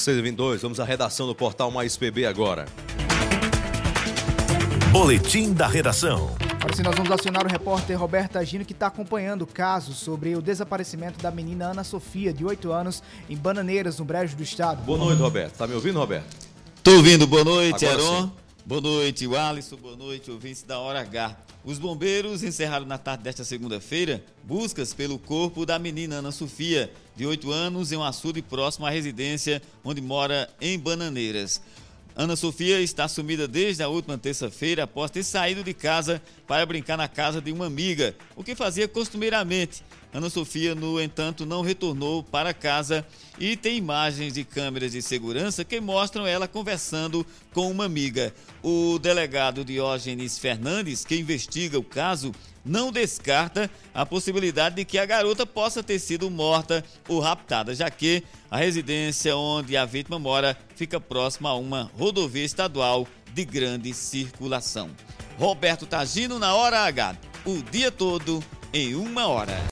6h22, vamos à redação do portal Mais PB agora. Boletim da redação. Agora sim, nós vamos acionar o repórter Roberto Agino, que está acompanhando o caso sobre o desaparecimento da menina Ana Sofia, de 8 anos, em Bananeiras, no Brejo do Estado. Boa noite, Roberto. Tá me ouvindo, Roberto? Tô ouvindo. Boa noite, Agora Heron. sim. Boa noite, Alisson. Boa noite, ouvintes da Hora H. Os bombeiros encerraram na tarde desta segunda-feira buscas pelo corpo da menina Ana Sofia, de 8 anos, em um açude próximo à residência onde mora em Bananeiras. Ana Sofia está sumida desde a última terça-feira após ter saído de casa para brincar na casa de uma amiga, o que fazia costumeiramente. Ana Sofia, no entanto, não retornou para casa e tem imagens de câmeras de segurança que mostram ela conversando com uma amiga. O delegado Diógenes Fernandes, que investiga o caso, não descarta a possibilidade de que a garota possa ter sido morta ou raptada, já que a residência onde a vítima mora fica próxima a uma rodovia estadual de grande circulação. Roberto Agino na Hora H, o dia todo em 1 hora.